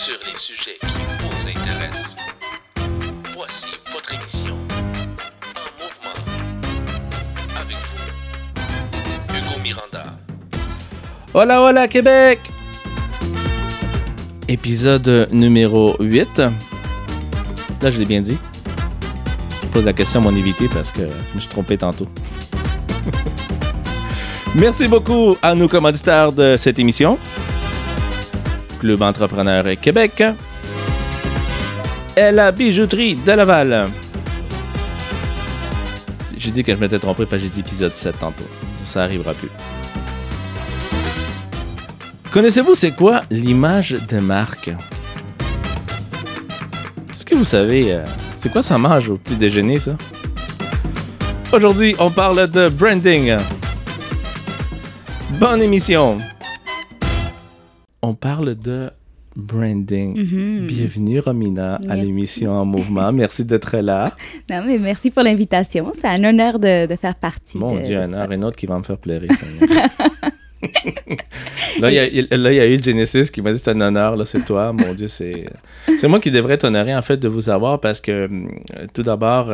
sur les sujets qui vous intéressent. Voici votre émission En Mouvement. Avec vous, Hugo Miranda. Hola, hola, Québec! Épisode numéro 8. Là, je l'ai bien dit. Je pose la question à mon invité parce que je me suis trompé tantôt. Merci beaucoup à nos commanditaires de cette émission. Club Entrepreneur Québec. Et la bijouterie de Laval. J'ai dit que je m'étais trompé parce que j'ai dit épisode 7 tantôt. Ça arrivera plus. Connaissez-vous c'est quoi l'image de marque? Est-ce que vous savez c'est quoi ça mange au petit déjeuner, ça? Aujourd'hui, on parle de branding. Bonne émission! On parle de branding. Mm-hmm. Bienvenue, Romina, à l'émission En Mouvement. Merci d'être là. Non, mais merci pour l'invitation. C'est un honneur de faire partie. Mon Dieu, un heure et une autre qui va me faire pleurer. Là, il y a eu Genesis qui m'a dit c'est un honneur, là, c'est toi. Mon Dieu, c'est moi qui devrais t'honorer, en fait, de vous avoir parce que, tout d'abord,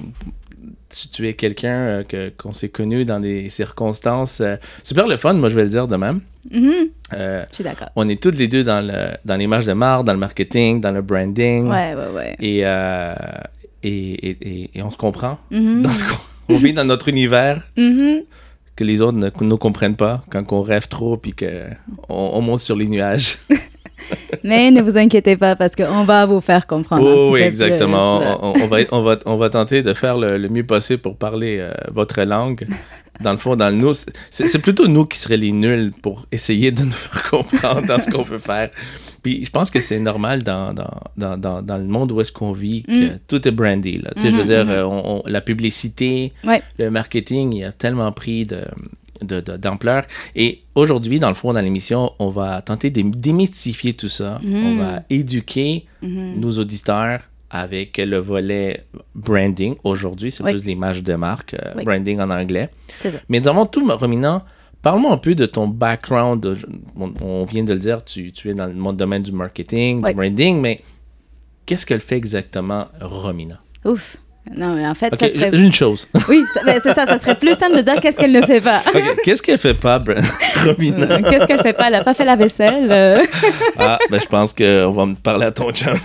si tu es quelqu'un qu'on s'est connu dans des circonstances super le fun, moi je vais le dire de même. Mm-hmm. Je suis d'accord. On est toutes les deux dans l'image de marque, dans le marketing, dans le branding. Ouais. Et on se comprend. Mm-hmm. On vit dans notre univers Mm-hmm. que les autres ne nous comprennent pas quand on rêve trop puis qu'on monte sur les nuages. Mais ne vous inquiétez pas parce qu'on va vous faire comprendre. Oh, oui, exactement. On va tenter de faire le mieux possible pour parler votre langue. Dans le fond, dans le nous, c'est plutôt nous qui seraient les nuls pour essayer de nous faire comprendre dans ce qu'on peut faire. Puis je pense que c'est normal dans le monde où est-ce qu'on vit que tout est brandé. Là. Tu sais, je veux dire, la publicité, le marketing, il a tellement pris d'ampleur. Et aujourd'hui, dans le fond, dans l'émission, on va tenter de démystifier tout ça. On va éduquer nos auditeurs avec le volet branding. Aujourd'hui, c'est plus l'image de marque, branding en anglais. C'est ça. Mais avant tout, Romina, parle-moi un peu de ton background. On vient de le dire, tu es dans le domaine du marketing, du branding, mais qu'est-ce qu'elle fait exactement, Romina? Ouf! Non, mais en fait, Okay, ça serait... Une chose. Oui, c'est ça. Ça serait plus simple de dire qu'est-ce qu'elle ne fait pas. Okay, qu'est-ce qu'elle fait pas, Romina? Qu'est-ce qu'elle fait pas? Elle n'a pas fait la vaisselle. Je pense qu'on va me parler à ton chum.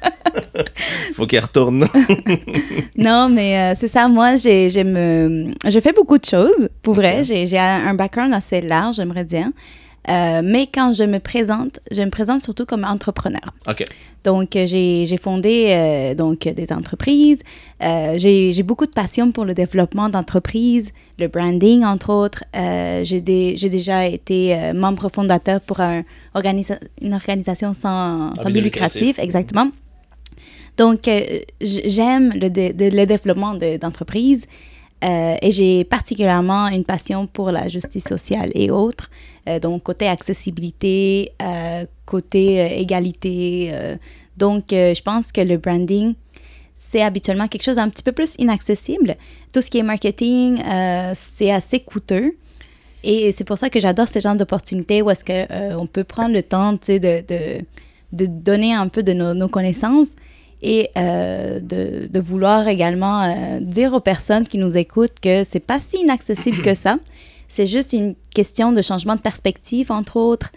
Faut qu'elle retourne. Non, mais c'est ça. Moi, je fais beaucoup de choses, pour vrai. J'ai un background assez large, j'aimerais dire. Mais quand je me présente surtout comme entrepreneur. OK. Donc, j'ai fondé des entreprises. J'ai beaucoup de passion pour le développement d'entreprises, le branding, entre autres. J'ai déjà été membre fondateur pour une organisation sans but lucratif. Exactement. Donc, j'aime le développement d'entreprises. Et j'ai particulièrement une passion pour la justice sociale et autres. Donc, côté accessibilité, côté égalité. Donc, je pense que le branding, c'est habituellement quelque chose d'un petit peu plus inaccessible. Tout ce qui est marketing, c'est assez coûteux. Et c'est pour ça que j'adore ce genre d'opportunités où est-ce qu'on peut prendre le temps, tu sais, de donner un peu de nos connaissances. Et de vouloir également dire aux personnes qui nous écoutent que c'est pas si inaccessible que ça. C'est juste une question de changement de perspective, entre autres.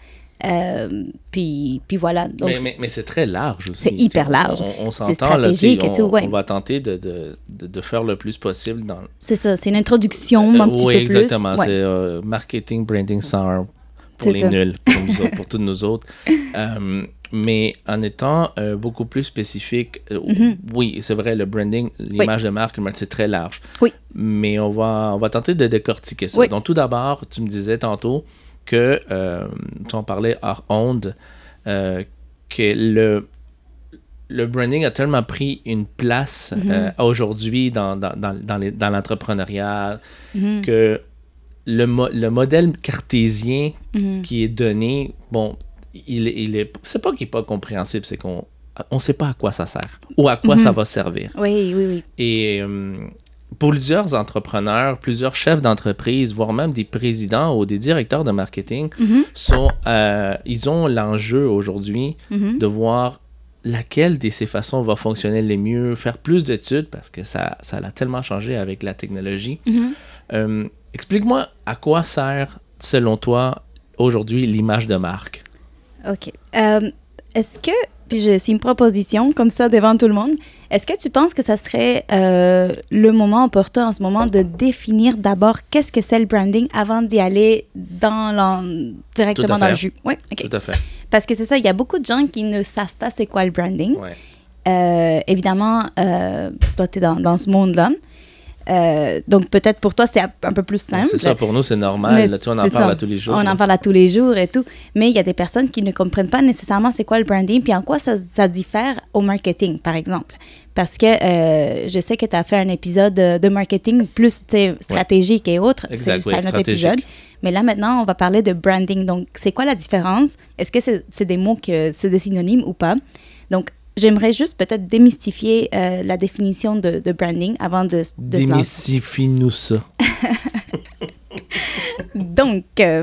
Puis voilà. Donc, mais c'est très large aussi. C'est hyper large. On s'entend, c'est stratégique là, et tout, ouais. On va tenter de faire le plus possible. C'est ça, c'est une introduction un petit peu plus. Oui, exactement. C'est marketing, branding 101 pour les nuls, pour tous nous autres. Mais en étant beaucoup plus spécifique, oui, c'est vrai, le branding, l'image de marque, c'est très large. Oui. Mais on va tenter de décortiquer ça. Oui. Donc, tout d'abord, tu me disais tantôt que, tu en parlais hors onde, que le branding a tellement pris une place aujourd'hui dans l'entrepreneuriat que le modèle cartésien qui est donné, bon, c'est pas qu'il n'est pas compréhensible, c'est qu'on ne sait pas à quoi ça sert ou à quoi ça va servir. Oui. Et plusieurs entrepreneurs, plusieurs chefs d'entreprise, voire même des présidents ou des directeurs de marketing, ils ont l'enjeu aujourd'hui de voir laquelle de ces façons va fonctionner le mieux, faire plus d'études parce que ça a tellement changé avec la technologie. Explique-moi à quoi sert, selon toi, aujourd'hui, l'image de marque? OK. Est-ce que, puis c'est une proposition comme ça devant tout le monde, est-ce que tu penses que ça serait le moment opportun en ce moment de définir d'abord qu'est-ce que c'est le branding avant d'y aller directement dans le jus? Oui, OK. Tout à fait. Parce que c'est ça, il y a beaucoup de gens qui ne savent pas c'est quoi le branding. Ouais. Évidemment, toi, tu es dans ce monde-là. Donc, peut-être pour toi, c'est un peu plus simple. C'est ça, pour nous, c'est normal. Là, tu sais, on en parle à tous les jours. On en parle à tous les jours et tout. Mais il y a des personnes qui ne comprennent pas nécessairement c'est quoi le branding puis en quoi ça diffère au marketing, par exemple. Parce que je sais que tu as fait un épisode de marketing plus stratégique et autres. Exact, c'est un autre épisode. Mais là, maintenant, on va parler de branding. Donc, c'est quoi la différence? Est-ce que c'est des mots c'est des synonymes ou pas? Donc, j'aimerais juste peut-être démystifier la définition de branding avant de se lancer. Démystifie-nous ça. Donc,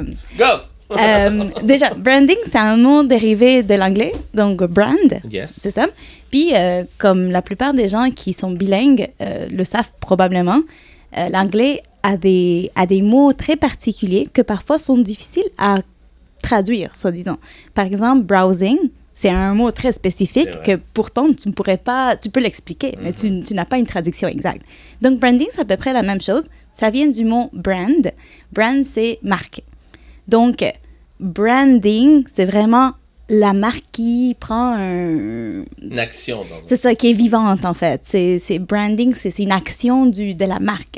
Go! Déjà, branding, c'est un mot dérivé de l'anglais, donc brand, Yes. c'est ça. Puis, comme la plupart des gens qui sont bilingues le savent probablement, l'anglais a des mots très particuliers que parfois sont difficiles à traduire, soi-disant. Par exemple, browsing, c'est un mot très spécifique que pourtant tu peux l'expliquer, mais tu n'as pas une traduction exacte. Donc, branding, c'est à peu près la même chose. Ça vient du mot brand. Brand, c'est marque. Donc, branding, c'est vraiment la marque qui prend une action. C'est ça, qui est vivante, en fait. C'est branding, c'est une action de la marque.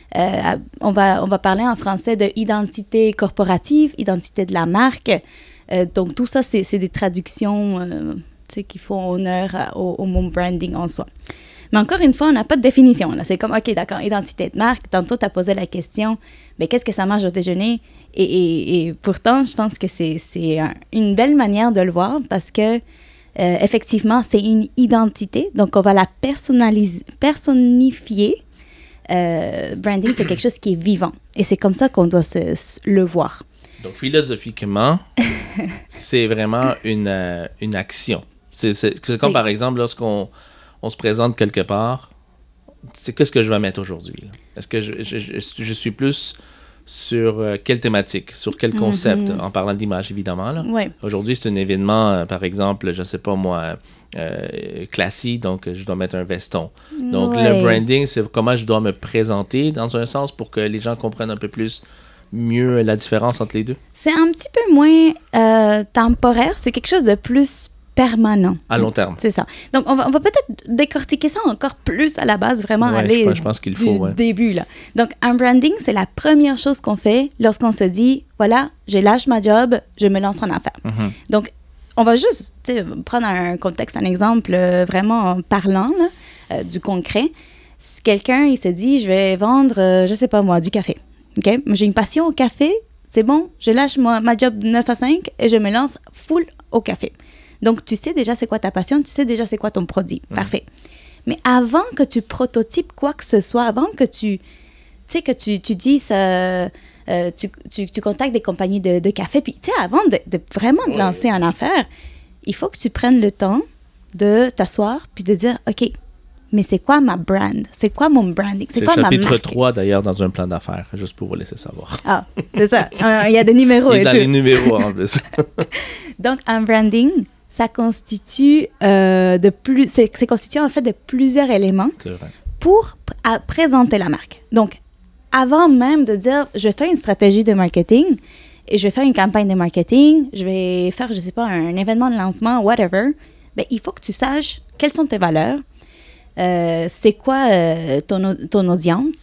On va parler en français de identité corporative, identité de la marque. Donc, tout ça, c'est des traductions qui font honneur au mot branding en soi. Mais encore une fois, on n'a pas de définition. Là. C'est comme, OK, d'accord, identité de marque. Tantôt, tu as posé la question, mais qu'est-ce que ça mange au déjeuner? Et pourtant, je pense que c'est une belle manière de le voir parce que, effectivement, c'est une identité. Donc, on va la personnifier. Branding, c'est quelque chose qui est vivant. Et c'est comme ça qu'on doit le voir. Donc, philosophiquement, c'est vraiment une action. C'est comme, par exemple, lorsqu'on se présente quelque part, c'est qu'est-ce que je vais mettre aujourd'hui? Là? Est-ce que je suis plus sur quelle thématique, sur quel concept, en parlant d'image, évidemment. Là. Ouais. Aujourd'hui, c'est un événement, par exemple, je ne sais pas moi, classique, donc je dois mettre un veston. Donc, le branding, c'est comment je dois me présenter, dans un sens, pour que les gens comprennent un peu plus mieux la différence entre les deux? C'est un petit peu moins temporaire, c'est quelque chose de plus permanent. À long terme. C'est ça. Donc, on va peut-être décortiquer ça encore plus à la base, vraiment aller je pense qu'il faut, début. Là. Donc, un branding, c'est la première chose qu'on fait lorsqu'on se dit, voilà, je lâche ma job, je me lance en affaires. Donc, on va juste prendre un contexte, un exemple vraiment parlant là, du concret. Si quelqu'un, il se dit, je vais vendre, je sais pas moi, du café. OK? J'ai une passion au café, c'est bon, je lâche ma job 9 à 5 et je me lance full au café. Donc, tu sais déjà c'est quoi ta passion, tu sais déjà c'est quoi ton produit. Parfait. Mais avant que tu prototypes quoi que ce soit, avant que tu dises, tu contactes des compagnies de café, puis tu sais, avant de vraiment te lancer en affaires, il faut que tu prennes le temps de t'asseoir puis de dire, OK, mais c'est quoi ma brand? C'est quoi mon branding? C'est quoi ma marque? C'est le chapitre 3, d'ailleurs, dans un plan d'affaires, juste pour vous laisser savoir. Ah, c'est ça. Il y a des numéros et tout. Il est dans les numéros, en plus. Donc, un branding, ça constitue c'est constitué en fait de plusieurs éléments pour présenter la marque. Donc, avant même de dire, je vais faire une stratégie de marketing et je vais faire une campagne de marketing, je vais faire, je sais pas, un événement de lancement, whatever, ben, il faut que tu saches quelles sont tes valeurs, c'est quoi ton audience,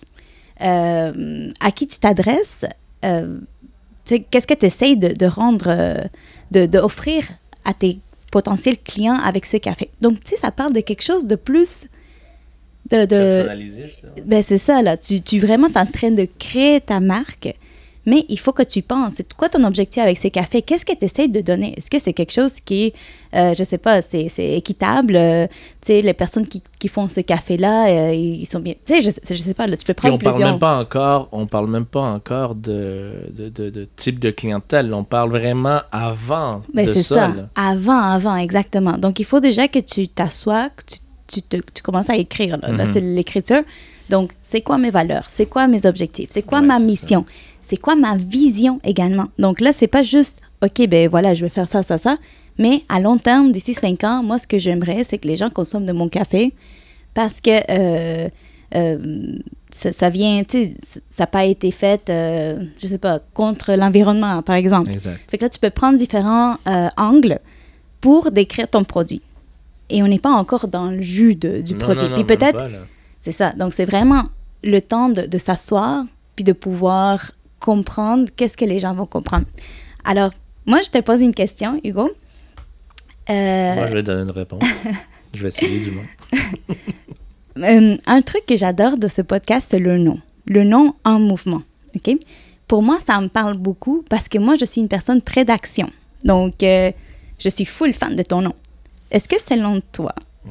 à qui tu t'adresses, qu'est-ce que tu essaies de rendre, d'offrir à tes potentiels clients avec ce café. Donc, tu sais, ça parle de quelque chose de plus... Personnalisé, ben, c'est ça, là. Tu vraiment, t'es en train de créer ta marque, Mais il faut que tu penses, c'est quoi ton objectif avec ces cafés? Qu'est-ce que tu essaies de donner? Est-ce que c'est quelque chose qui est, je sais pas, c'est équitable? Tu sais, les personnes qui font ce café-là, ils sont bien... Tu sais, je sais pas, là, tu peux prendre plusieurs... On parle même pas encore de type de clientèle. On parle vraiment avant de c'est ça. Avant, exactement. Donc, il faut déjà que tu t'assoies, que tu commences à écrire. Là, c'est l'écriture. Donc, c'est quoi mes valeurs? C'est quoi mes objectifs? C'est quoi ma mission? C'est quoi ma vision également? Donc là, c'est pas juste, OK, ben voilà, je vais faire ça. Mais à long terme, d'ici 5 ans, moi, ce que j'aimerais, c'est que les gens consomment de mon café parce que ça vient, tu sais, ça n'a pas été fait, je sais pas, contre l'environnement, par exemple. Exact. Fait que là, tu peux prendre différents angles pour décrire ton produit. Et on n'est pas encore dans le jus du produit. Puis peut-être... C'est ça. Donc, c'est vraiment le temps de s'asseoir puis de pouvoir comprendre qu'est-ce que les gens vont comprendre. Alors, moi, je te pose une question, Hugo. Moi, je vais donner une réponse. Je vais essayer du moins. Un truc que j'adore de ce podcast, c'est le nom. Le nom en mouvement. OK? Pour moi, ça me parle beaucoup parce que moi, je suis une personne très d'action. Donc, je suis full fan de ton nom. Est-ce que selon toi,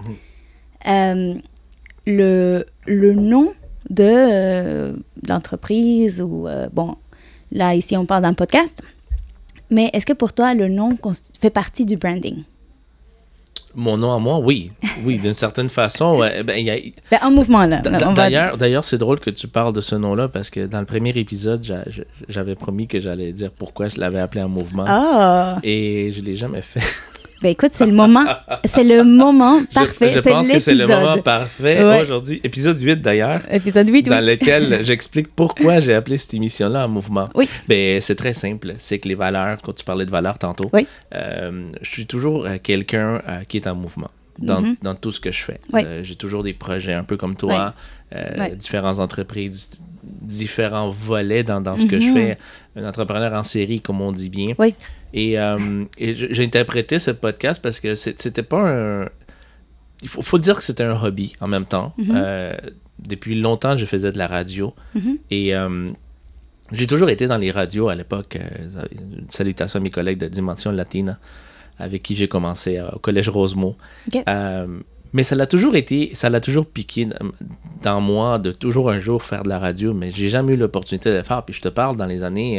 le nom de l'entreprise ou, bon, là, ici, on parle d'un podcast, mais est-ce que pour toi, le nom fait partie du branding? Mon nom à moi, oui. Oui, d'une certaine façon. En mouvement, là. D'ailleurs, c'est drôle que tu parles de ce nom-là parce que dans le premier épisode, j'avais promis que j'allais dire pourquoi je l'avais appelé En mouvement. Ah! Et je ne l'ai jamais fait. Ben écoute, c'est le moment parfait. Je pense que c'est le moment parfait aujourd'hui. Épisode 8 d'ailleurs. Épisode 8, dans lequel j'explique pourquoi j'ai appelé cette émission-là En mouvement. Oui. Ben, c'est très simple. C'est que les valeurs, quand tu parlais de valeurs tantôt, je suis toujours quelqu'un qui est en mouvement dans tout ce que je fais. Oui. J'ai toujours des projets un peu comme toi, différentes entreprises, différents volets dans ce que je fais. Un entrepreneur en série, comme on dit bien. Oui. Et j'ai interprété ce podcast parce que c'était pas un... Il faut dire que c'était un hobby en même temps. Depuis longtemps, je faisais de la radio. Et j'ai toujours été dans les radios à l'époque. Salutations à mes collègues de Dimension Latina avec qui j'ai commencé au Collège Rosemont. Okay. Mais ça l'a toujours piqué dans moi de toujours un jour faire de la radio, mais j'ai jamais eu l'opportunité de le faire. Puis je te parle dans les années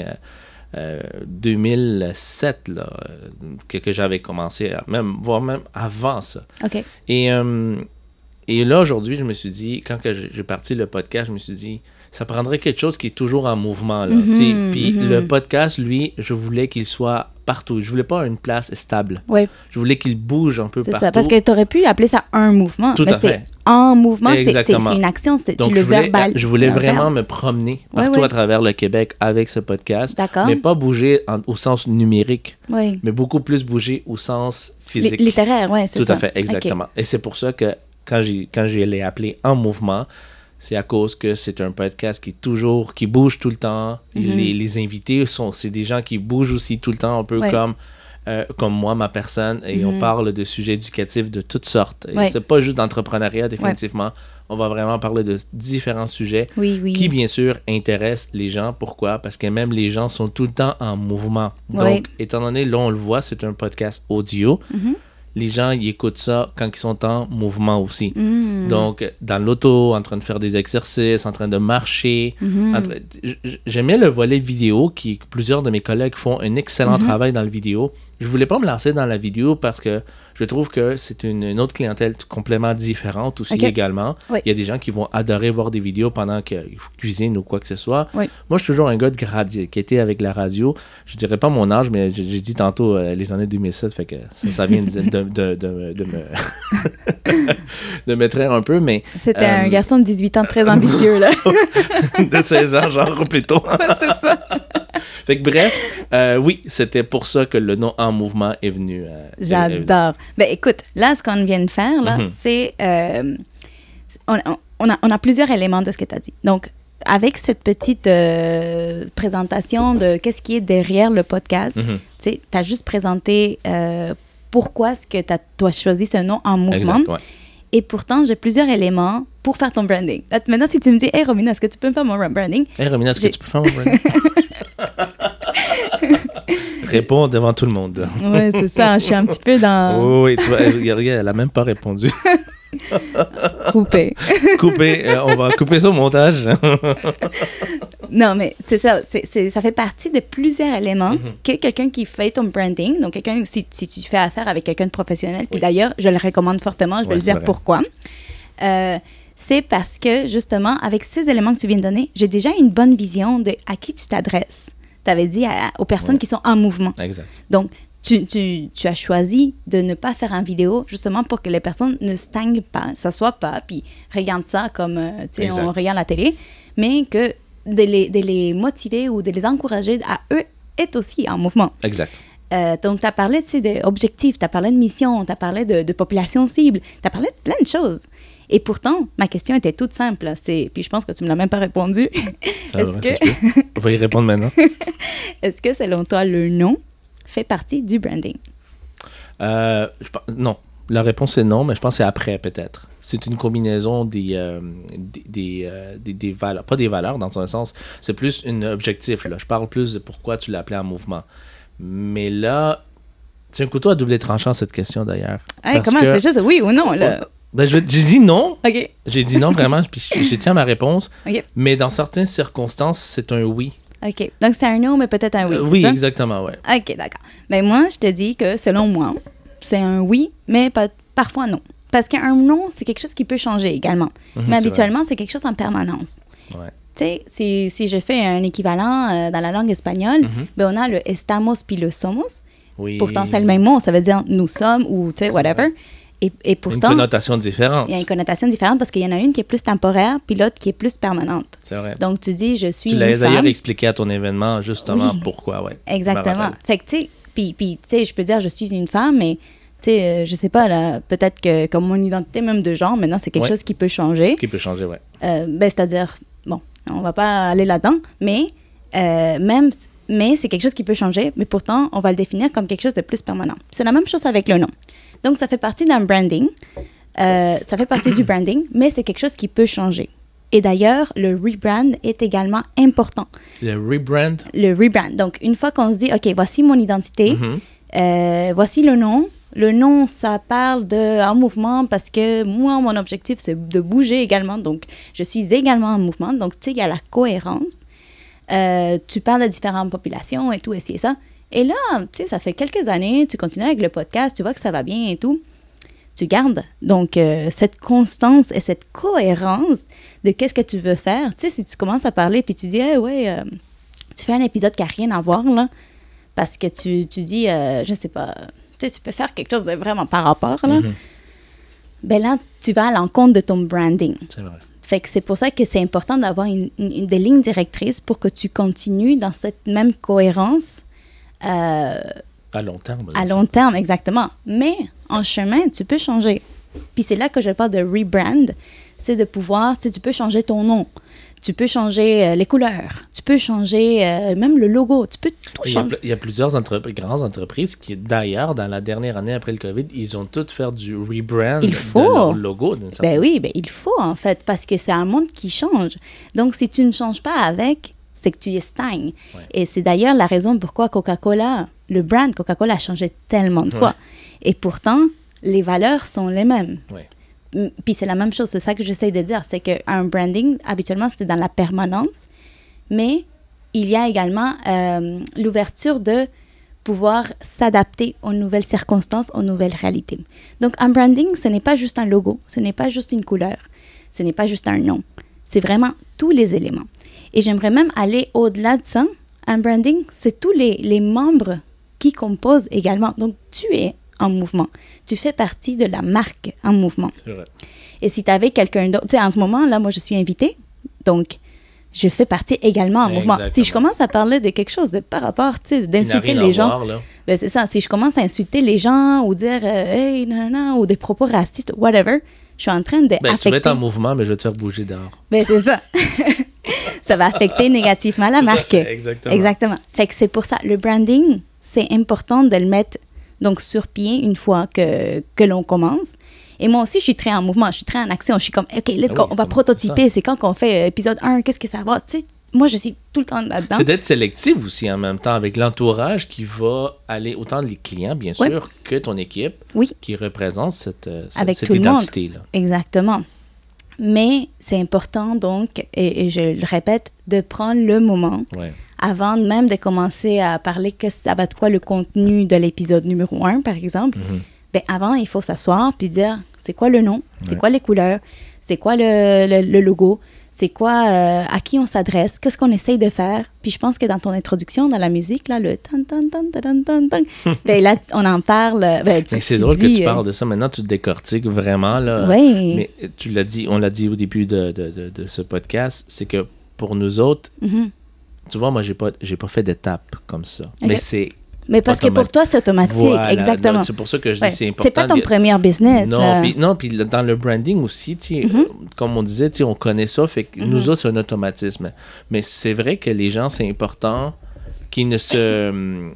2007 là, que j'avais commencé, voire même avant ça. Okay. Et là, aujourd'hui, je me suis dit, quand j'ai parti le podcast, je me suis dit, ça prendrait quelque chose qui est toujours en mouvement. Là, puis le podcast, lui, je voulais qu'il soit partout. Je voulais pas une place stable. Oui. Je voulais qu'il bouge un peu partout. C'est ça, parce que tu aurais pu appeler ça un mouvement. Tout à fait. En mouvement, c'est une action, donc, tu le verbales. Je voulais vraiment me promener partout à travers le Québec avec ce podcast. D'accord. Mais pas bouger au sens numérique, mais beaucoup plus bouger au sens physique. Littéraire, oui, c'est ça. Tout à fait, exactement. Okay. Et c'est pour ça que quand je l'ai appelé En mouvement, c'est à cause que c'est un podcast qui bouge tout le temps. Les invités, c'est des gens qui bougent aussi tout le temps, un peu comme moi, ma personne. Et on parle de sujets éducatifs de toutes sortes. Et c'est pas juste d'entrepreneuriat, définitivement. On va vraiment parler de différents sujets qui, bien sûr, intéressent les gens. Pourquoi? Parce que même les gens sont tout le temps en mouvement. Donc, étant donné, là, on le voit, c'est un podcast audio. Les gens, ils écoutent ça quand ils sont en mouvement aussi. Donc, dans l'auto, en train de faire des exercices, en train de marcher. J'aimais le volet vidéo, plusieurs de mes collègues font un excellent travail dans le vidéo. Je voulais pas me lancer dans la vidéo parce que je trouve que c'est une autre clientèle complètement différente aussi également. Il y a des gens qui vont adorer voir des vidéos pendant qu'ils cuisinent ou quoi que ce soit. Moi, je suis toujours un gars qui était avec la radio. Je dirais pas mon âge, mais j'ai dit tantôt les années 2007, fait que ça vient de me traire un peu, mais... C'était un garçon de 18 ans très ambitieux, là. De 16 ans, genre, plutôt. C'est ça. Fait que bref, oui, c'était pour ça que le nom En mouvement est venu. J'adore. Ben écoute, là, ce qu'on vient de faire, là, c'est... on a plusieurs éléments de ce que tu as dit. Donc, avec cette petite présentation de qu'est-ce qui est derrière le podcast, tu as juste présenté pourquoi est-ce que tu as choisi ce nom En mouvement. Exact, Et pourtant, j'ai plusieurs éléments pour faire ton branding. Là, maintenant, si tu me dis « Hey, Romina, est-ce que tu peux me faire mon branding? » Hey, Romina, est-ce que tu peux faire mon branding? Réponds devant tout le monde. Ouais, c'est ça. Je suis un petit peu dans... Oh, oui, tu vois, regarde, elle n'a même pas répondu. Coupé. On va couper ça au montage. Non, mais c'est ça. Ça fait partie de plusieurs éléments que quelqu'un qui fait ton branding, donc quelqu'un, si tu fais affaire avec quelqu'un de professionnel, puis d'ailleurs, je le recommande fortement, je vais le dire pourquoi. C'est parce que, justement, avec ces éléments que tu viens de donner, j'ai déjà une bonne vision de à qui tu t'adresses. Tu avais dit aux personnes qui sont en mouvement. Exact. Donc, tu as choisi de ne pas faire une vidéo justement pour que les personnes ne stagnent pas, s'assoient pas, puis regardent ça comme, on regarde la télé, mais que de les motiver ou de les encourager à eux être aussi en mouvement. Exact. Donc, tu as parlé d'objectifs, tu as parlé de mission, tu as parlé de population cible, tu as parlé de plein de choses. Et pourtant, ma question était toute simple. Puis je pense que tu ne me l'as même pas répondu. On va y répondre maintenant. Est-ce que, selon toi, le nom fait partie du branding? Non. La réponse est non, mais je pense que c'est après, peut-être. C'est une combinaison des valeurs. Pas des valeurs, dans un sens. C'est plus un objectif, là. Je parle plus de pourquoi tu l'as appelé en mouvement. Mais là, c'est un couteau à double tranchant, cette question, d'ailleurs. Hey, comment? C'est juste oui ou non, là? J'ai dit non. OK. J'ai dit non, vraiment, puis je tiens à ma réponse. OK. Mais dans certaines circonstances, c'est un oui. OK. Donc, c'est un non, mais peut-être un oui. Oui, ça? Exactement, oui. OK, d'accord. Mais moi, je te dis que, selon moi, c'est un oui, mais parfois non. Parce qu'un non, c'est quelque chose qui peut changer également. Mais habituellement, c'est quelque chose en permanence. Ouais. Tu sais, si je fais un équivalent dans la langue espagnole, ben on a le estamos puis le somos. Oui. Pourtant, c'est le même mot. Ça veut dire nous sommes ou, tu sais, whatever. Et pourtant... Une connotation différente. Il y a une connotation différente parce qu'il y en a une qui est plus temporaire puis l'autre qui est plus permanente. C'est vrai. Donc, tu dis, je suis une femme. Tu l'as d'ailleurs femme. expliqué à ton événement, justement, pourquoi, ouais. Exactement. Fait que, tu sais, puis tu sais, je peux dire, je suis une femme, mais... Tu sais, je sais pas, là, peut-être que comme mon identité même de genre, maintenant, c'est quelque chose qui peut changer. Qui peut changer, oui. C'est-à-dire, bon, on va pas aller là-dedans, mais c'est quelque chose qui peut changer, mais pourtant, on va le définir comme quelque chose de plus permanent. C'est la même chose avec le nom. Donc, ça fait partie d'un branding. Ça fait partie du branding, mais c'est quelque chose qui peut changer. Et d'ailleurs, le rebrand est également important. Le rebrand? Le rebrand. Donc, une fois qu'on se dit, OK, voici mon identité, voici le nom. Le nom, ça parle en mouvement parce que moi, mon objectif, c'est de bouger également. Donc, je suis également en mouvement. Donc, tu sais, il y a la cohérence. Tu parles de différentes populations et tout, et ça. Et là, tu sais, ça fait quelques années, tu continues avec le podcast, tu vois que ça va bien et tout. Tu gardes donc cette constance et cette cohérence de qu'est-ce que tu veux faire. Tu sais, si tu commences à parler puis tu dis, hey, tu fais un épisode qui n'a rien à voir, là, parce que tu dis, je sais pas... Tu sais, tu peux faire quelque chose de vraiment par rapport, là. Ben là, tu vas à l'encontre de ton branding. C'est vrai. Fait que c'est pour ça que c'est important d'avoir des lignes directrices pour que tu continues dans cette même cohérence. À long terme. À long terme, exactement. Mais en chemin, tu peux changer. Puis c'est là que je parle de rebrand. C'est de pouvoir, tu sais, tu peux changer ton nom. Tu peux changer les couleurs. Tu peux changer même le logo. Tu peux tout changer. Il y a plusieurs grandes entreprises qui, d'ailleurs, dans la dernière année après le COVID, ils ont toutes fait du rebrand de leur logo. Ben oui, il faut, en fait, parce que c'est un monde qui change. Donc, si tu ne changes pas avec, c'est que tu y stagnes. Ouais. Et c'est d'ailleurs la raison pourquoi Coca-Cola, le brand Coca-Cola a changé tellement de fois. Et pourtant, les valeurs sont les mêmes. Ouais. Puis c'est la même chose, c'est ça que j'essaie de dire, c'est qu'un branding, habituellement, c'est dans la permanence, mais il y a également l'ouverture de pouvoir s'adapter aux nouvelles circonstances, aux nouvelles réalités. Donc, un branding, ce n'est pas juste un logo, ce n'est pas juste une couleur, ce n'est pas juste un nom, c'est vraiment tous les éléments. Et j'aimerais même aller au-delà de ça. Un branding, c'est tous les membres qui composent également. Donc, tu es en mouvement. Tu fais partie de la marque en mouvement. C'est vrai. Et si tu avais quelqu'un d'autre... Tu sais, en ce moment, là, moi, je suis invitée. Donc, je fais partie également en mouvement. Si je commence à parler de quelque chose de par rapport, tu sais, d'insulter les gens... Ben, c'est ça. Si je commence à insulter les gens ou dire « Hey, non, ou des propos racistes, whatever », je suis en train de affecter... Tu vas être en mouvement, mais je vais te faire bouger dehors. Ben, c'est ça. Ça va affecter négativement la marque. Exactement. Fait que c'est pour ça. Le branding, c'est important de le mettre donc sur pied une fois que l'on commence. Et moi aussi, je suis très en mouvement, je suis très en action. Je suis comme, OK, let's go, on va prototyper. C'est quand qu'on fait épisode 1, qu'est-ce que ça va? Tu sais, moi, je suis tout le temps là-dedans. C'est d'être sélectif aussi en même temps avec l'entourage qui va aller, autant les clients, bien sûr, que ton équipe qui représente cette identité-là. Exactement. Mais c'est important, donc, et je le répète, de prendre le moment avant même de commencer à parler que ça va de quoi le contenu de l'épisode numéro 1, par exemple. Ben, avant, il faut s'asseoir puis dire, c'est quoi le nom? C'est quoi les couleurs? C'est quoi le logo? C'est quoi, à qui on s'adresse, qu'est-ce qu'on essaye de faire. Puis je pense que dans ton introduction, dans la musique, là, le tan tan tan tan tan tan, ben là, on en parle. Ben, c'est drôle que tu parles de ça. Maintenant, tu te décortiques vraiment. Là. Oui. Mais tu l'as dit, on l'a dit au début de ce podcast, c'est que pour nous autres, tu vois, moi, j'ai pas fait d'étape comme ça. Okay. Mais parce que pour toi, c'est automatique, voilà, exactement. C'est pour ça que je dis c'est important. C'est pas ton premier business. Non, puis dans le branding aussi, comme on disait, on connaît ça, fait que nous autres, c'est un automatisme. Mais c'est vrai que les gens, c'est important qu'ils ne se...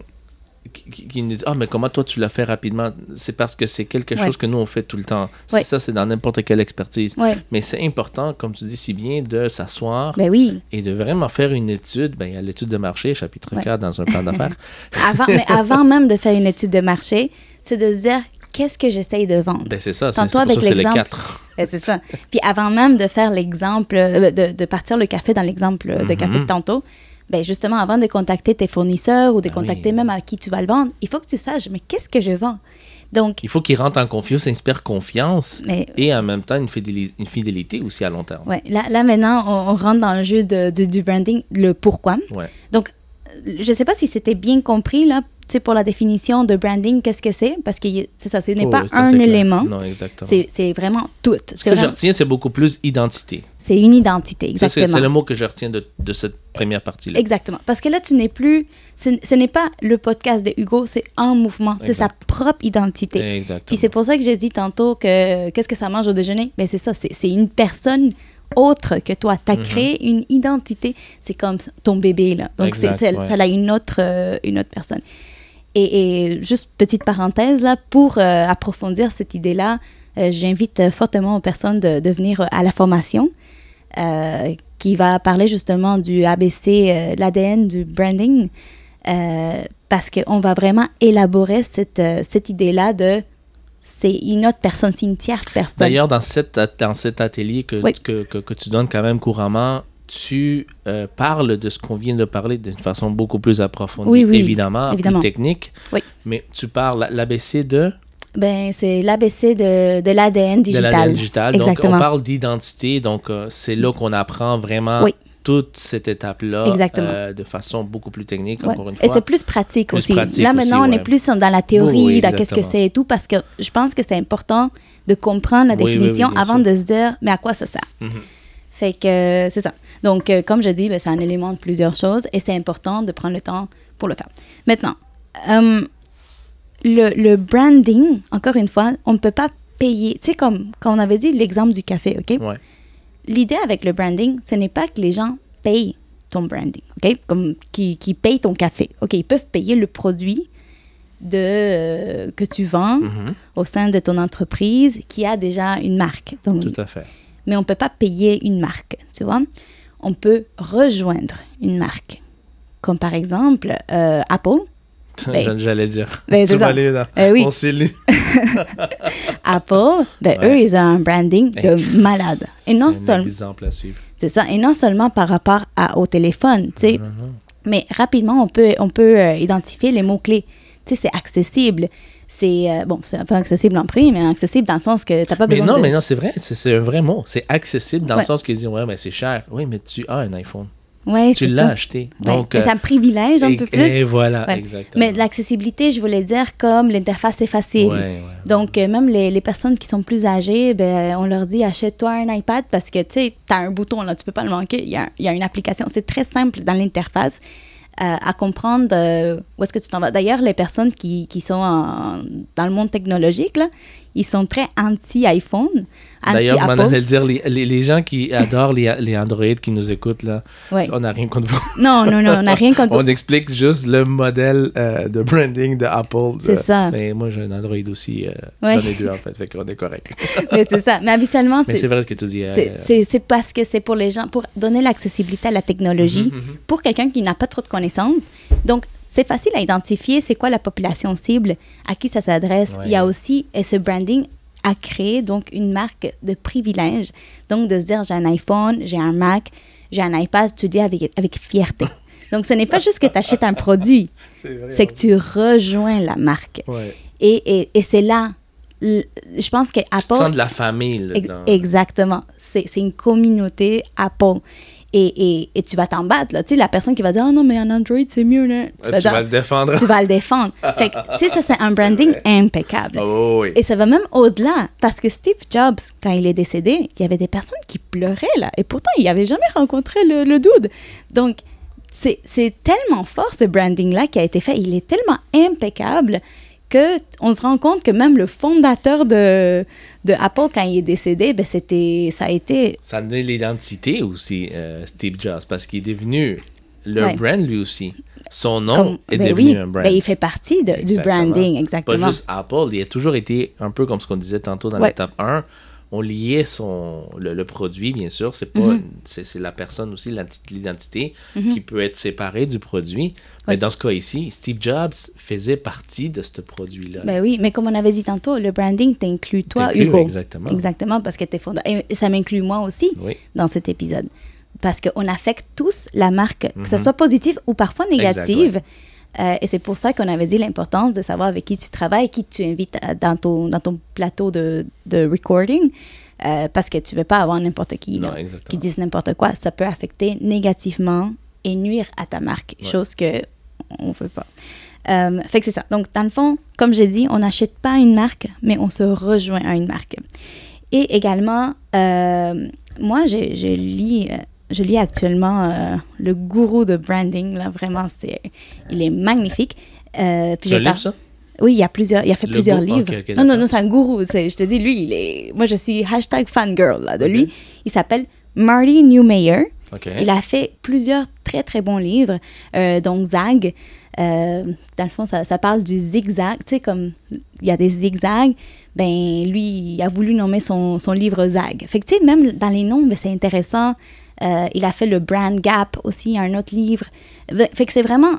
qui nous disent « Ah, mais comment toi, tu l'as fait rapidement? » C'est parce que c'est quelque chose que nous, on fait tout le temps. Ça, c'est dans n'importe quelle expertise. Mais c'est important, comme tu dis si bien, de s'asseoir et de vraiment faire une étude. Ben, il y a l'étude de marché, chapitre 4, dans un plan d'affaires. Mais avant même de faire une étude de marché, c'est de se dire « Qu'est-ce que j'essaye de vendre? » Ben, c'est ça, c'est les 4. C'est ça. Puis avant même de faire l'exemple, de partir le café dans l'exemple de café de tantôt, ben justement, avant de contacter tes fournisseurs ou de contacter même à qui tu vas le vendre, il faut que tu saches, mais qu'est-ce que je vends? Donc, il faut qu'ils rentrent en confiance, inspire confiance et en même temps une fidélité aussi à long terme. Oui, là maintenant, on rentre dans le jeu du branding, le pourquoi. Donc, je ne sais pas si c'était bien compris, là, pour la définition de branding, qu'est-ce que c'est? Parce que c'est ça, ce n'est pas un élément. Non, exactement. C'est vraiment tout. Ce que je retiens, c'est beaucoup plus identité. C'est une identité, exactement. Ça, c'est le mot que je retiens de cette première partie-là. Exactement. Parce que là, tu n'es plus... Ce n'est pas le podcast de Hugo, c'est en mouvement. C'est sa propre identité. Exactement. Puis c'est pour ça que j'ai dit tantôt que qu'est-ce que ça mange au déjeuner? Mais c'est ça, c'est une personne autre que toi. Tu as créé une identité. C'est comme ton bébé, là. Donc, ça a une autre personne. Et juste petite parenthèse, là, pour approfondir cette idée-là, j'invite fortement aux personnes de venir à la formation qui va parler justement du ABC, l'ADN du branding, parce qu'on va vraiment élaborer cette idée-là de c'est une autre personne, c'est une tierce personne. D'ailleurs, dans cet atelier que tu donnes quand même couramment, tu parles de ce qu'on vient de parler d'une façon beaucoup plus approfondie, évidemment, plus technique. Mais tu parles l'ABC de... Ben, c'est l'ABC de l'ADN digital. De l'ADN digital. Exactement. Donc, on parle d'identité. Donc, c'est là qu'on apprend vraiment toute cette étape-là de façon beaucoup plus technique, encore une fois. Et c'est plus pratique aussi. Là, maintenant, on est plus dans la théorie, dans qu'est-ce que c'est et tout, parce que je pense que c'est important de comprendre la définition avant de se dire, mais à quoi ça sert? Fait que c'est ça. Donc, comme je dis, c'est un élément de plusieurs choses et c'est important de prendre le temps pour le faire. Maintenant, le branding, encore une fois, on ne peut pas payer. Tu sais, comme on avait dit l'exemple du café, OK? L'idée avec le branding, ce n'est pas que les gens payent ton branding, OK? Comme qui payent ton café. OK, ils peuvent payer le produit que tu vends au sein de ton entreprise qui a déjà une marque. Donc, tout à fait. Mais on ne peut pas payer une marque, tu vois. On peut rejoindre une marque. Comme par exemple, Apple. J'allais dire. Tu vas aller là. Oui. On s'est lu. Apple, eux, ils ont un branding de malade. Et non seulement... exemple à suivre. C'est ça. Et non seulement par rapport au téléphone, tu sais. Mais rapidement, on peut identifier les mots-clés. Tu sais, c'est accessible. C'est c'est un peu accessible en prix, mais accessible dans le sens que t'as pas besoin Mais non, c'est vrai, c'est un vrai mot. C'est accessible dans le sens qu'ils disent, mais c'est cher. Oui, mais tu as un iPhone. Ouais, tu l'as acheté. Donc, et ça me privilège un peu plus. Et voilà, exactement. Mais l'accessibilité, je voulais dire comme l'interface est facile. Donc, même les personnes qui sont plus âgées, on leur dit, achète-toi un iPad parce que, tu sais, t'as un bouton, là, tu peux pas le manquer. Il y a une application. C'est très simple dans l'interface. À comprendre où est-ce que tu t'en vas. D'ailleurs, les personnes qui sont dans le monde technologique, là, ils sont très anti-iPhone, D'ailleurs, je m'en anti-Apple. allais le dire, les gens qui adorent les Android qui nous écoutent, là, Ouais. on n'a rien contre vous. Non, on n'a rien contre On explique juste le modèle de branding de Apple. C'est ça. Mais moi, j'ai un Android aussi. Ouais. J'en ai deux, en fait qu'on est correct. Mais c'est ça. Mais habituellement, Mais c'est vrai ce que tu dis. c'est parce que c'est pour les gens, pour donner l'accessibilité à la technologie, pour quelqu'un qui n'a pas trop de connaissances. Donc, c'est facile à identifier c'est quoi la population cible, à qui ça s'adresse. Ouais. Il y a aussi ce branding à créer, donc une marque de privilège. Donc, de se dire, j'ai un iPhone, j'ai un Mac, j'ai un iPad, tu dis avec fierté. Donc, ce n'est pas juste que tu achètes un produit, c'est que tu rejoins la marque. Ouais. Et c'est là, je pense que Tu Apple... te sens de la famille. Là, Exactement. C'est une communauté Apple. Et tu vas t'en battre, là. Tu sais, la personne qui va dire « Oh non, mais en Android, c'est mieux, là. » Tu vas le défendre. Tu vas le défendre. Fait que, tu sais, ça, c'est un branding impeccable. Oh, oui. Et ça va même au-delà. Parce que Steve Jobs, quand il est décédé, il y avait des personnes qui pleuraient, là. Et pourtant, il n'avait jamais rencontré le dude. Donc, c'est tellement fort, ce branding-là, qui a été fait. Il est tellement impeccable qu'on se rend compte que même le fondateur de Apple, quand il est décédé, ben ça a été... Ça a donné l'identité aussi, Steve Jobs, parce qu'il est devenu leur brand lui aussi. Son nom est devenu un brand. Ben, il fait partie du branding, exactement. Pas juste Apple, il a toujours été un peu comme ce qu'on disait tantôt dans l'étape 1. On liait le produit, bien sûr. C'est pas c'est la personne aussi, l'identité, qui peut être séparée du produit. Mais dans ce cas ici, Steve Jobs faisait partie de ce produit-là. Ben oui, mais comme on avait dit tantôt, le branding t'inclut toi, Hugo. Exactement. Exactement, parce que t'es fondateur. Et ça m'inclut moi aussi dans cet épisode. Parce qu'on affecte tous la marque, que ce soit positive ou parfois négative. Exact, et c'est pour ça qu'on avait dit l'importance de savoir avec qui tu travailles, qui tu invites dans ton plateau de recording, parce que tu ne veux pas avoir n'importe qui qui dise n'importe quoi. Ça peut affecter négativement et nuire à ta marque, chose qu'on ne veut pas. Fait que c'est ça. Donc, dans le fond, comme j'ai dit, on n'achète pas une marque, mais on se rejoint à une marque. Et également, moi, je lis actuellement le gourou de branding, là, vraiment, il est magnifique. Puis tu as un livre, ça? Oui, il a fait plusieurs livres. Okay, non, c'est un gourou. Je te dis, lui, moi, je suis #fangirl là, de lui. Il s'appelle Marty Newmeyer. Il a fait plusieurs très, très bons livres, donc Zag. Dans le fond, ça parle du zigzag. Tu sais, comme il y a des zigzags, ben lui, il a voulu nommer son livre Zag. Fait que, tu sais, même dans les noms, ben, c'est intéressant. Il a fait le Brand Gap aussi, un autre livre. Fait que c'est vraiment...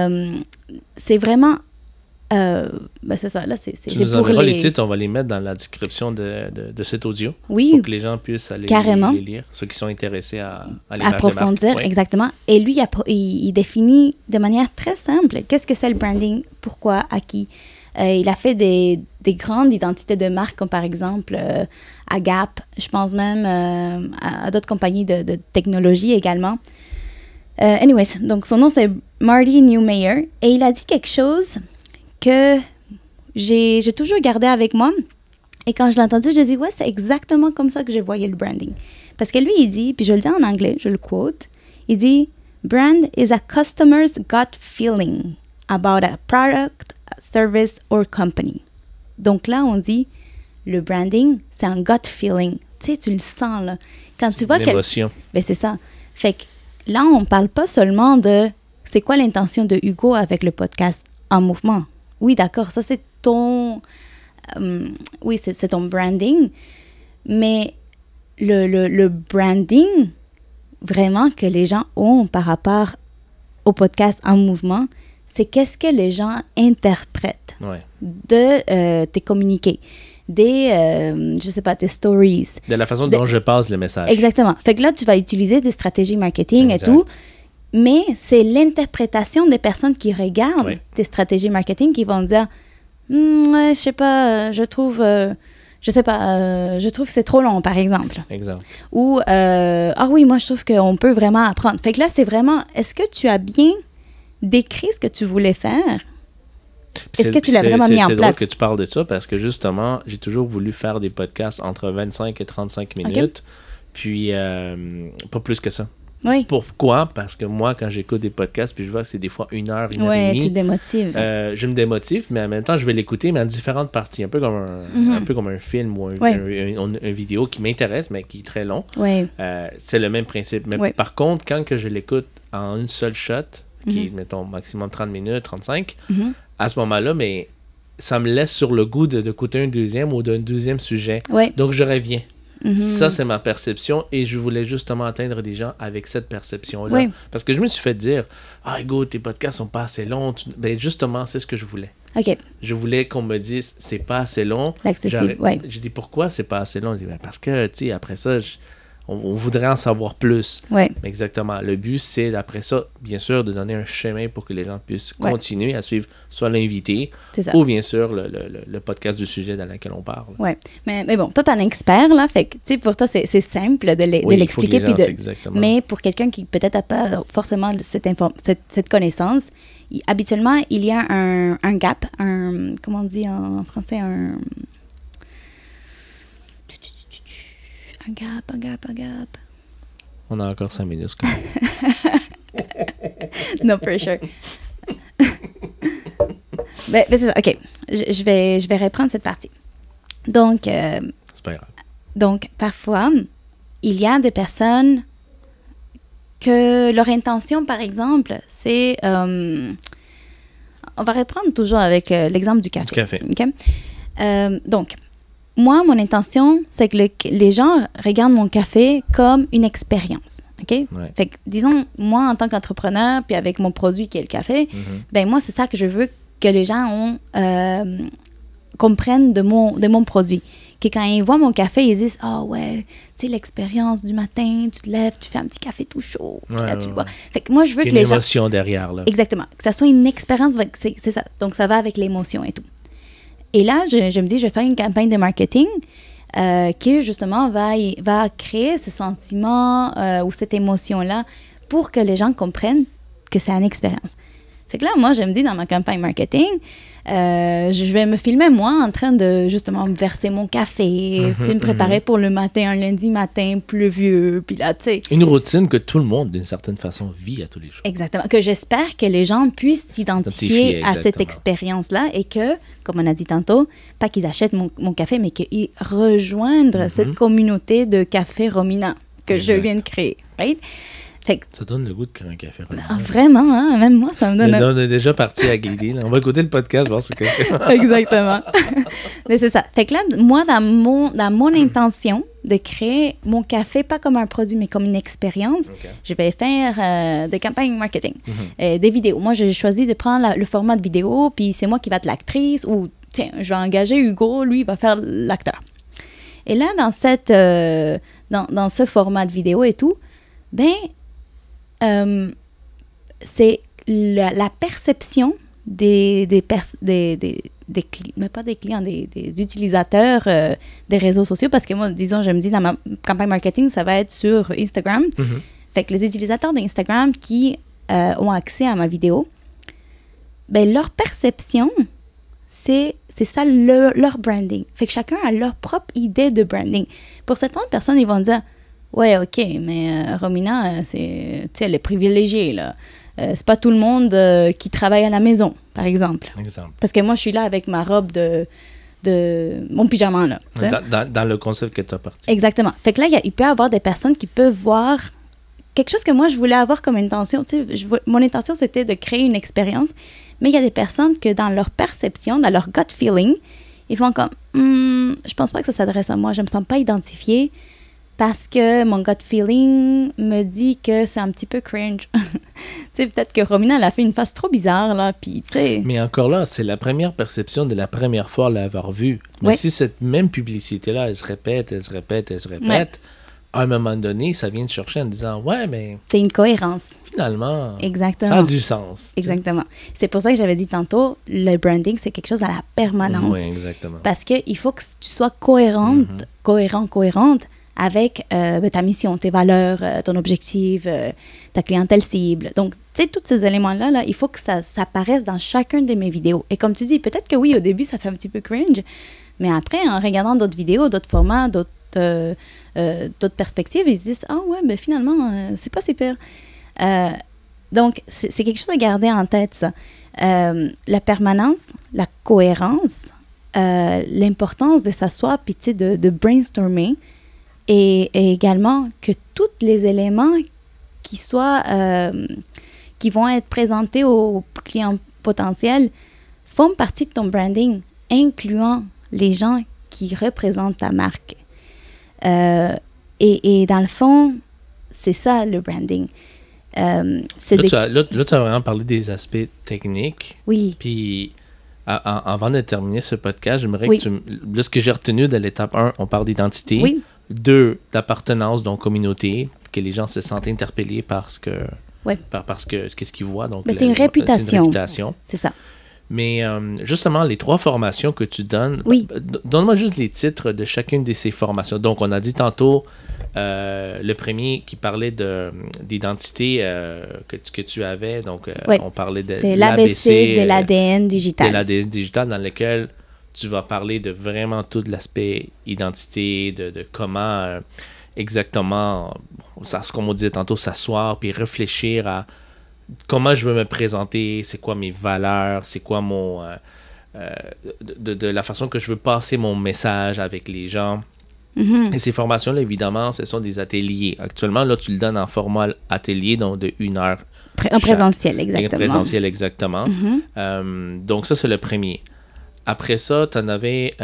ben c'est ça, là, c'est tu nous enverras les titres, on va les mettre dans la description de cet audio. Oui. Pour que les gens puissent aller les lire, ceux qui sont intéressés à les approfondir, exactement. Et lui, il définit de manière très simple qu'est-ce que c'est le branding, pourquoi, à qui. Il a fait des grandes identités de marque, comme par exemple à Gap, je pense même à d'autres compagnies de technologie également. Anyways, donc son nom c'est Marty Newmeyer et il a dit quelque chose que j'ai toujours gardé avec moi. Et quand je l'ai entendu, j'ai dit, ouais, c'est exactement comme ça que je voyais le branding. Parce que lui, il dit, puis je le dis en anglais, je le quote, il dit, brand is a customer's gut feeling about a product, service or company. Donc là, on dit, le branding, c'est un gut feeling. Tu sais, tu le sens, là. Quand tu vois l'émotion. Ben, c'est ça. Fait que là, on parle pas seulement de c'est quoi l'intention de Hugo avec le podcast En Mouvement. Oui, d'accord, ça c'est ton... oui, c'est ton branding. Mais le branding, vraiment, que les gens ont par rapport au podcast En Mouvement, c'est qu'est-ce que les gens interprètent de tes communiqués, je sais pas, tes stories. De la façon dont je passe le message. Exactement. Fait que là, tu vas utiliser des stratégies marketing et tout, mais c'est l'interprétation des personnes qui regardent tes stratégies marketing qui vont dire ouais, je sais pas, je trouve que c'est trop long, par exemple. Exemple. Ou ah oui, moi je trouve qu'on peut vraiment apprendre. Fait que là, c'est vraiment, est-ce que tu as bien décrit ce que tu voulais faire? Est-ce que tu l'as vraiment mis en place? C'est drôle que tu parles de ça parce que justement, j'ai toujours voulu faire des podcasts entre 25 et 35 minutes, puis pas plus que ça. Oui. Pourquoi? Parce que moi, quand j'écoute des podcasts, puis je vois que c'est des fois 1 heure, 1 heure et demie. Oui, tu démotives. Je me démotive, mais en même temps, je vais l'écouter, mais en différentes parties. Un peu comme un film ou une vidéo qui m'intéresse, mais qui est très long. Oui. C'est le même principe. Mais par contre, quand que je l'écoute en une seule shot, qui est, mettons, maximum 30 minutes, 35, à ce moment-là, mais ça me laisse sur le goût d'écouter un deuxième ou d'un deuxième sujet. Oui. Donc, je reviens. Ça, c'est ma perception et je voulais justement atteindre des gens avec cette perception-là. Oui. Parce que je me suis fait dire « Ah, Hugo, tes podcasts sont pas assez longs. » Ben, justement, c'est ce que je voulais. OK. Je voulais qu'on me dise « C'est pas assez long. » L'accessible, oui. Je dis « Pourquoi c'est pas assez long? » Je dis ben, « Parce que, tu sais, après ça, on voudrait en savoir plus. » Oui. Exactement. Le but, c'est, après ça, bien sûr, de donner un chemin pour que les gens puissent continuer à suivre soit l'invité ou bien sûr le podcast du sujet dans lequel on parle. Oui. Mais bon, toi, t'es un expert, là. Fait que, tu sais, pour toi, c'est simple de l'expliquer. Mais pour quelqu'un qui peut-être n'a pas forcément cette connaissance, habituellement, il y a un gap, comment on dit en français, un gap. On a encore 5 minutes. No pressure. ben, c'est ça. OK. Je vais reprendre cette partie. Donc, c'est pas grave. Donc, parfois, il y a des personnes que leur intention, par exemple, c'est... on va reprendre toujours avec l'exemple du café. Du café. Okay? Donc, moi, mon intention, c'est que les gens regardent mon café comme une expérience. OK? Ouais. Fait que, disons, moi, en tant qu'entrepreneur, puis avec mon produit qui est le café, ben moi, c'est ça que je veux que les gens comprennent de mon produit. Que quand ils voient mon café, ils disent « Ah ouais, tu sais, l'expérience du matin, tu te lèves, tu fais un petit café tout chaud. » Puis là, tu le bois. Fait que moi, je veux que les gens... une émotion derrière, là. Exactement. Que ça soit une expérience, c'est ça. Donc, ça va avec l'émotion et tout. Et là, je me dis, je vais faire une campagne de marketing qui, justement, va créer ce sentiment ou cette émotion-là pour que les gens comprennent que c'est une expérience. Fait que là, moi, je me dis, dans ma campagne marketing, je vais me filmer, moi, en train de, justement, verser mon café, me préparer pour le matin, un lundi matin pluvieux, puis là, tu sais... Une routine que tout le monde, d'une certaine façon, vit à tous les jours. Exactement. Que j'espère que les gens puissent s'identifier à cette expérience-là et que, comme on a dit tantôt, pas qu'ils achètent mon café, mais qu'ils rejoignent cette communauté de café Romina que je viens de créer, right? Fait que, ça donne le goût de créer un café. Vraiment, hein? Même moi, ça me donne... On est déjà parti à l'idée. On va écouter le podcast, voir ce que c'est. Exactement. Mais c'est ça. Fait que là, moi, dans mon intention de créer mon café, pas comme un produit, mais comme une expérience, je vais faire des campagnes marketing, des vidéos. Moi, j'ai choisi de prendre le format de vidéo, puis c'est moi qui vais être l'actrice, ou tiens, je vais engager Hugo, lui, il va faire l'acteur. Et là, dans ce format de vidéo et tout, ben... c'est la perception des mais pas des clients, des utilisateurs des réseaux sociaux, parce que moi, disons, je me dis, dans ma campagne marketing, ça va être sur Instagram. Fait que les utilisateurs d'Instagram qui ont accès à ma vidéo, ben leur perception, c'est ça leur branding. Fait que chacun a leur propre idée de branding. Pour certaines personnes, ils vont dire, ouais, OK, mais Romina, elle est privilégiée, là. C'est pas tout le monde qui travaille à la maison, par exemple. Parce que moi, je suis là avec ma robe de mon pyjama, là. Dans le concept que tu as parti. Exactement. Fait que là, il peut y avoir des personnes qui peuvent voir quelque chose que moi, je voulais avoir comme intention. Mon intention, c'était de créer une expérience. Mais il y a des personnes que dans leur perception, dans leur gut feeling, ils font comme, je pense pas que ça s'adresse à moi. Je me sens pas identifiée. Parce que mon gut feeling me dit que c'est un petit peu cringe. Tu sais, peut-être que Romina, elle a fait une face trop bizarre, là, puis tu sais... Mais encore là, c'est la première perception de la première fois l'avoir vue. Mais si cette même publicité-là, elle se répète, à un moment donné, ça vient te chercher en disant, ouais, mais... C'est une cohérence. Finalement, exactement. Ça a du sens. Exactement. C'est pour ça que j'avais dit tantôt, le branding, c'est quelque chose à la permanence. Oui, exactement. Parce qu'il faut que tu sois cohérente, cohérente, avec ta mission, tes valeurs, ton objectif, ta clientèle cible. Donc, tu sais, tous ces éléments-là, là, il faut que ça apparaisse dans chacune de mes vidéos. Et comme tu dis, peut-être que oui, au début, ça fait un petit peu cringe, mais après, en regardant d'autres vidéos, d'autres formats, d'autres d'autres perspectives, ils se disent « Ah ouais, mais finalement, c'est pas si pire. » Donc, c'est quelque chose à garder en tête, ça. La permanence, la cohérence, l'importance de s'asseoir puis de brainstormer et également que tous les éléments qui vont être présentés aux clients potentiels font partie de ton branding, incluant les gens qui représentent ta marque. Et dans le fond, c'est ça le branding. Là, tu as vraiment parlé des aspects techniques. Oui. Puis, avant de terminer ce podcast, j'aimerais que là, ce que j'ai retenu de l'étape 1, on parle d'identité. Oui. 2, d'appartenance, donc communauté, que les gens se sentent interpellés parce que qu'est-ce qu'ils voient. Donc, c'est une réputation. C'est une réputation. C'est ça. Mais justement, les 3 formations que tu donnes, donne-moi juste les titres de chacune de ces formations. Donc, on a dit tantôt le premier qui parlait d'identité que tu avais. Donc, on parlait de c'est l'ABC de l'ADN digital. De l'ADN digital, dans lequel tu vas parler de vraiment tout l'aspect identité, de comment exactement, comme on disait tantôt, s'asseoir puis réfléchir à comment je veux me présenter, c'est quoi mes valeurs, c'est quoi mon de la façon que je veux passer mon message avec les gens. Et ces formations-là, évidemment, ce sont des ateliers. Actuellement, là, tu le donnes en format atelier, donc de 1 heure. En présentiel, exactement. En présentiel, exactement. Donc ça, c'est le premier. Après ça, tu en avais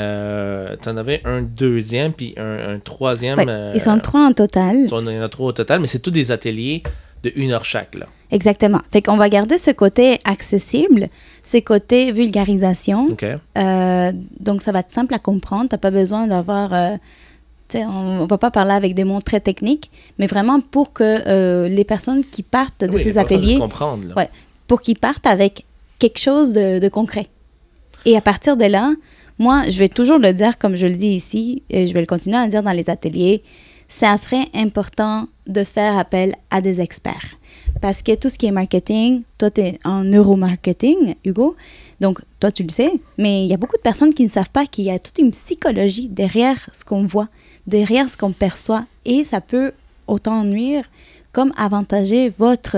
un deuxième, puis un troisième. Ils sont 3 en total. Il y en a 3 au total, mais c'est tous des ateliers de 1 heure chaque, là. Exactement. Fait qu'on va garder ce côté accessible, ce côté vulgarisation. Okay. Donc, ça va être simple à comprendre. Tu n'as pas besoin d'avoir... on ne va pas parler avec des mots très techniques, mais vraiment pour que les personnes qui partent de ces ateliers... comprendre, là. Pour qu'ils partent avec quelque chose de concret. Et à partir de là, moi, je vais toujours le dire comme je le dis ici, et je vais le continuer à le dire dans les ateliers, ça serait important de faire appel à des experts. Parce que tout ce qui est marketing, toi, tu es en neuromarketing, Hugo, donc toi, tu le sais, mais il y a beaucoup de personnes qui ne savent pas qu'il y a toute une psychologie derrière ce qu'on voit, derrière ce qu'on perçoit, et ça peut autant nuire comme avantager votre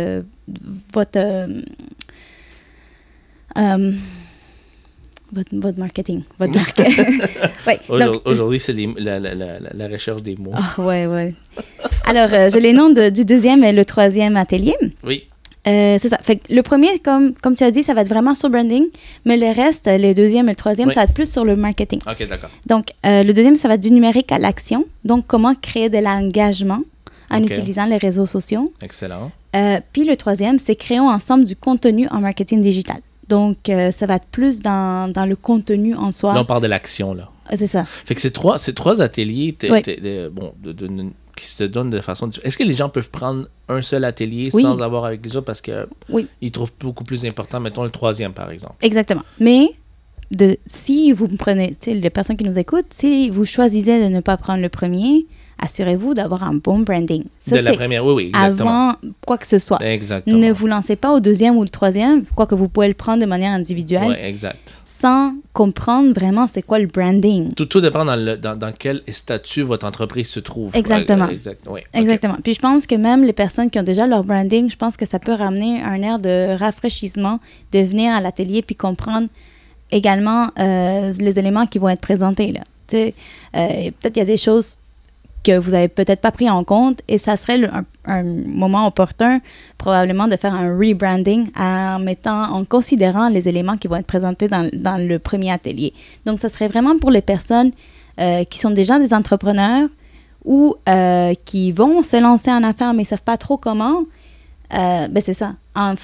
marketing, votre marque. Aujourd'hui, c'est la recherche des mots. Ouais. Alors, j'ai les noms du deuxième et le troisième atelier. Oui. C'est ça. Fait que le premier, comme tu as dit, ça va être vraiment sur branding, mais le reste, le deuxième et le troisième, ça va être plus sur le marketing. OK, d'accord. Donc, le deuxième, ça va être du numérique à l'action. Donc, comment créer de l'engagement en utilisant les réseaux sociaux. Excellent. Puis le troisième, c'est créons ensemble du contenu en marketing digital. Donc, ça va être plus dans le contenu en soi. Là, on parle de l'action, là. C'est ça. Fait que ces trois ateliers qui se donnent de façon différente. Est-ce que les gens peuvent prendre un seul atelier sans avoir avec les autres parce que ils trouvent beaucoup plus important, mettons, le troisième, par exemple? Exactement. Mais si vous prenez, les personnes qui nous écoutent, si vous choisissez de ne pas prendre le premier, assurez-vous d'avoir un bon branding. Ça, de la première, oui, exactement. Avant quoi que ce soit. Exactement. Ne vous lancez pas au deuxième ou le troisième, quoique vous pouvez le prendre de manière individuelle. Oui, exact. Sans comprendre vraiment c'est quoi le branding. Tout dépend dans quel statut votre entreprise se trouve. Exactement. Oui, exactement. Okay. Puis je pense que même les personnes qui ont déjà leur branding, je pense que ça peut ramener un air de rafraîchissement, de venir à l'atelier puis comprendre également les éléments qui vont être présentés là. Peut-être il y a des choses que vous n'avez peut-être pas pris en compte et ça serait un moment opportun probablement de faire un rebranding en considérant les éléments qui vont être présentés dans le premier atelier. Donc, ça serait vraiment pour les personnes qui sont déjà des entrepreneurs ou qui vont se lancer en affaires mais ne savent pas trop comment. C'est ça. En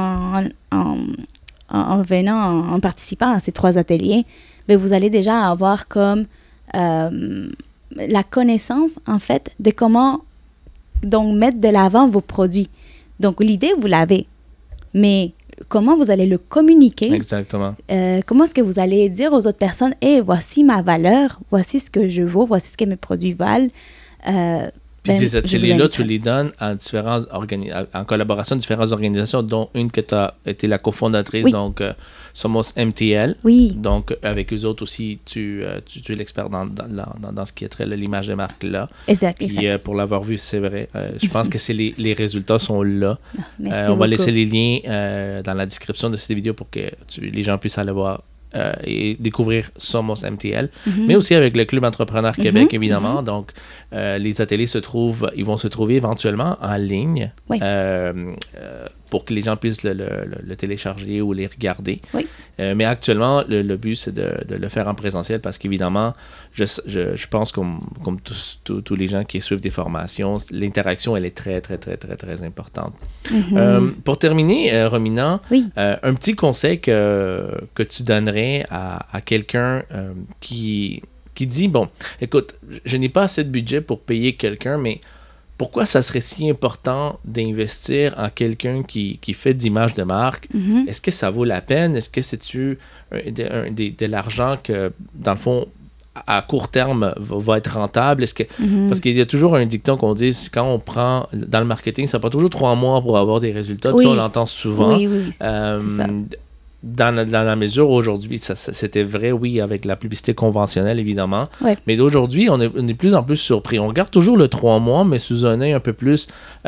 participant à ces 3 ateliers, vous allez déjà avoir comme la connaissance, en fait, de comment donc mettre de l'avant vos produits. Donc, l'idée, vous l'avez, mais comment vous allez le communiquer? Exactement. Comment est-ce que vous allez dire aux autres personnes, « Hey, voici ma valeur, voici ce que je vaux, voici ce que mes produits valent. Puis ces ateliers-là, tu les donnes en collaboration de différentes organisations, dont une que tu as été la cofondatrice, donc Somos MTL. Oui. Donc, avec eux autres aussi, tu es l'expert dans ce qui est trait l'image de marque là. Exact. Puis pour l'avoir vu, c'est vrai. Je pense que les résultats sont là. Merci on va beaucoup. laisser les liens dans la description de cette vidéo pour que les gens puissent aller voir et découvrir Somos MTL, mais aussi avec le Club Entrepreneur Québec, évidemment. Donc, les ateliers ils vont se trouver éventuellement en ligne pour que les gens puissent le télécharger ou les regarder. Oui. Mais actuellement, le but, c'est de le faire en présentiel parce qu'évidemment, je pense comme tous les gens qui suivent des formations, l'interaction, elle est très, très, très, très, très importante. Pour terminer, Romina, un petit conseil que tu donnerais à quelqu'un qui dit, bon, écoute, je n'ai pas assez de budget pour payer quelqu'un, mais pourquoi ça serait si important d'investir en quelqu'un qui fait d'image de marque? Est-ce que ça vaut la peine? Est-ce que c'est-tu de l'argent que, dans le fond, à court terme, va être rentable? Est-ce que, parce qu'il y a toujours un dicton qu'on dit, quand on prend, dans le marketing, ça prend toujours 3 mois pour avoir des résultats. Oui. Ça, on l'entend souvent. Oui, c'est ça. Dans la mesure où aujourd'hui, c'était vrai, oui, avec la publicité conventionnelle, évidemment. Ouais. Mais d'aujourd'hui, on est de plus en plus surpris. On garde toujours le 3 mois, mais sous un œil un peu plus...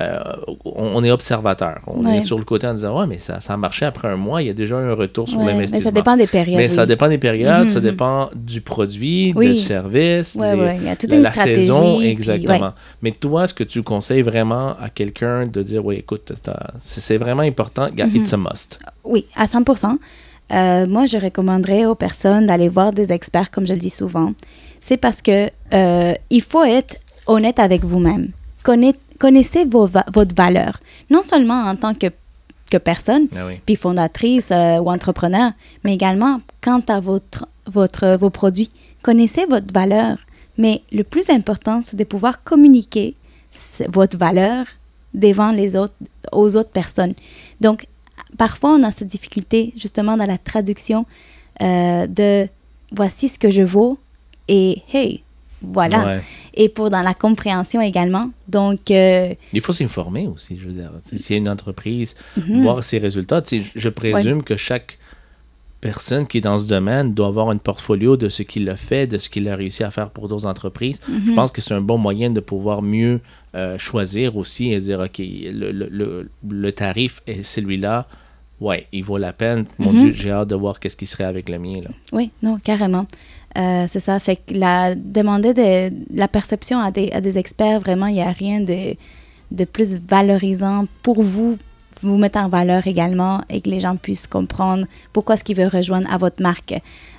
on est observateur. On est sur le côté en disant, ouais, mais ça a marché après un mois, il y a déjà un retour sur l'investissement. Mais ça dépend des périodes. Mais ça dépend des périodes, ça dépend du produit, du service, il y a toute une stratégie, saison, exactement. Mais toi, est-ce que tu conseilles vraiment à quelqu'un de dire, oui, écoute, c'est vraiment important, it's a must? Oui, à 100%. Moi, je recommanderais aux personnes d'aller voir des experts, comme je le dis souvent. C'est parce que il faut être honnête avec vous-même. Connaissez votre valeur. Non seulement en tant que personne, puis fondatrice ou entrepreneur, mais également quant à vos produits. Connaissez votre valeur. Mais le plus important, c'est de pouvoir communiquer votre valeur devant aux autres personnes. Donc, parfois, on a cette difficulté, justement, dans la traduction de « voici ce que je vaux » et « hey, voilà ouais. ». Et dans la compréhension également. Donc... il faut s'informer aussi, je veux dire. S'il y a une entreprise, voir ses résultats. Je présume que chaque personne qui est dans ce domaine doit avoir un portfolio de ce qu'il a fait, de ce qu'il a réussi à faire pour d'autres entreprises. Je pense que c'est un bon moyen de pouvoir mieux choisir aussi et dire, OK, le tarif est celui-là. Ouais, il vaut la peine. Mon Dieu, j'ai hâte de voir qu'est-ce qui serait avec le mien, là. Oui, non, carrément. C'est ça. Fait que demander la perception à des experts, vraiment, il n'y a rien de plus valorisant pour vous mettre en valeur également et que les gens puissent comprendre pourquoi est-ce qu'ils veulent rejoindre à votre marque.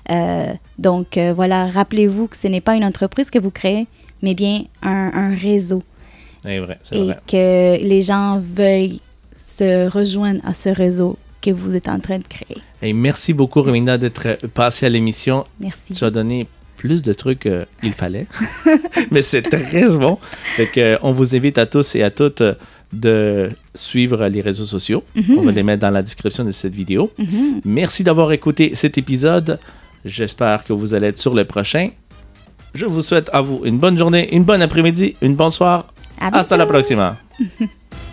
Donc, voilà, rappelez-vous que ce n'est pas une entreprise que vous créez, mais bien un réseau. C'est vrai, c'est et vrai. Que les gens veuillent se rejoindre à ce réseau que vous êtes en train de créer. Et merci beaucoup, Romina, d'être passée à l'émission. Merci. Tu as donné plus de trucs qu'il fallait, mais c'est très bon. Fait que, on vous invite à tous et à toutes de suivre les réseaux sociaux. On va les mettre dans la description de cette vidéo. Merci d'avoir écouté cet épisode. J'espère que vous allez être sur le prochain. Je vous souhaite à vous une bonne journée, une bonne après-midi, une bonne soirée. Hasta la próxima.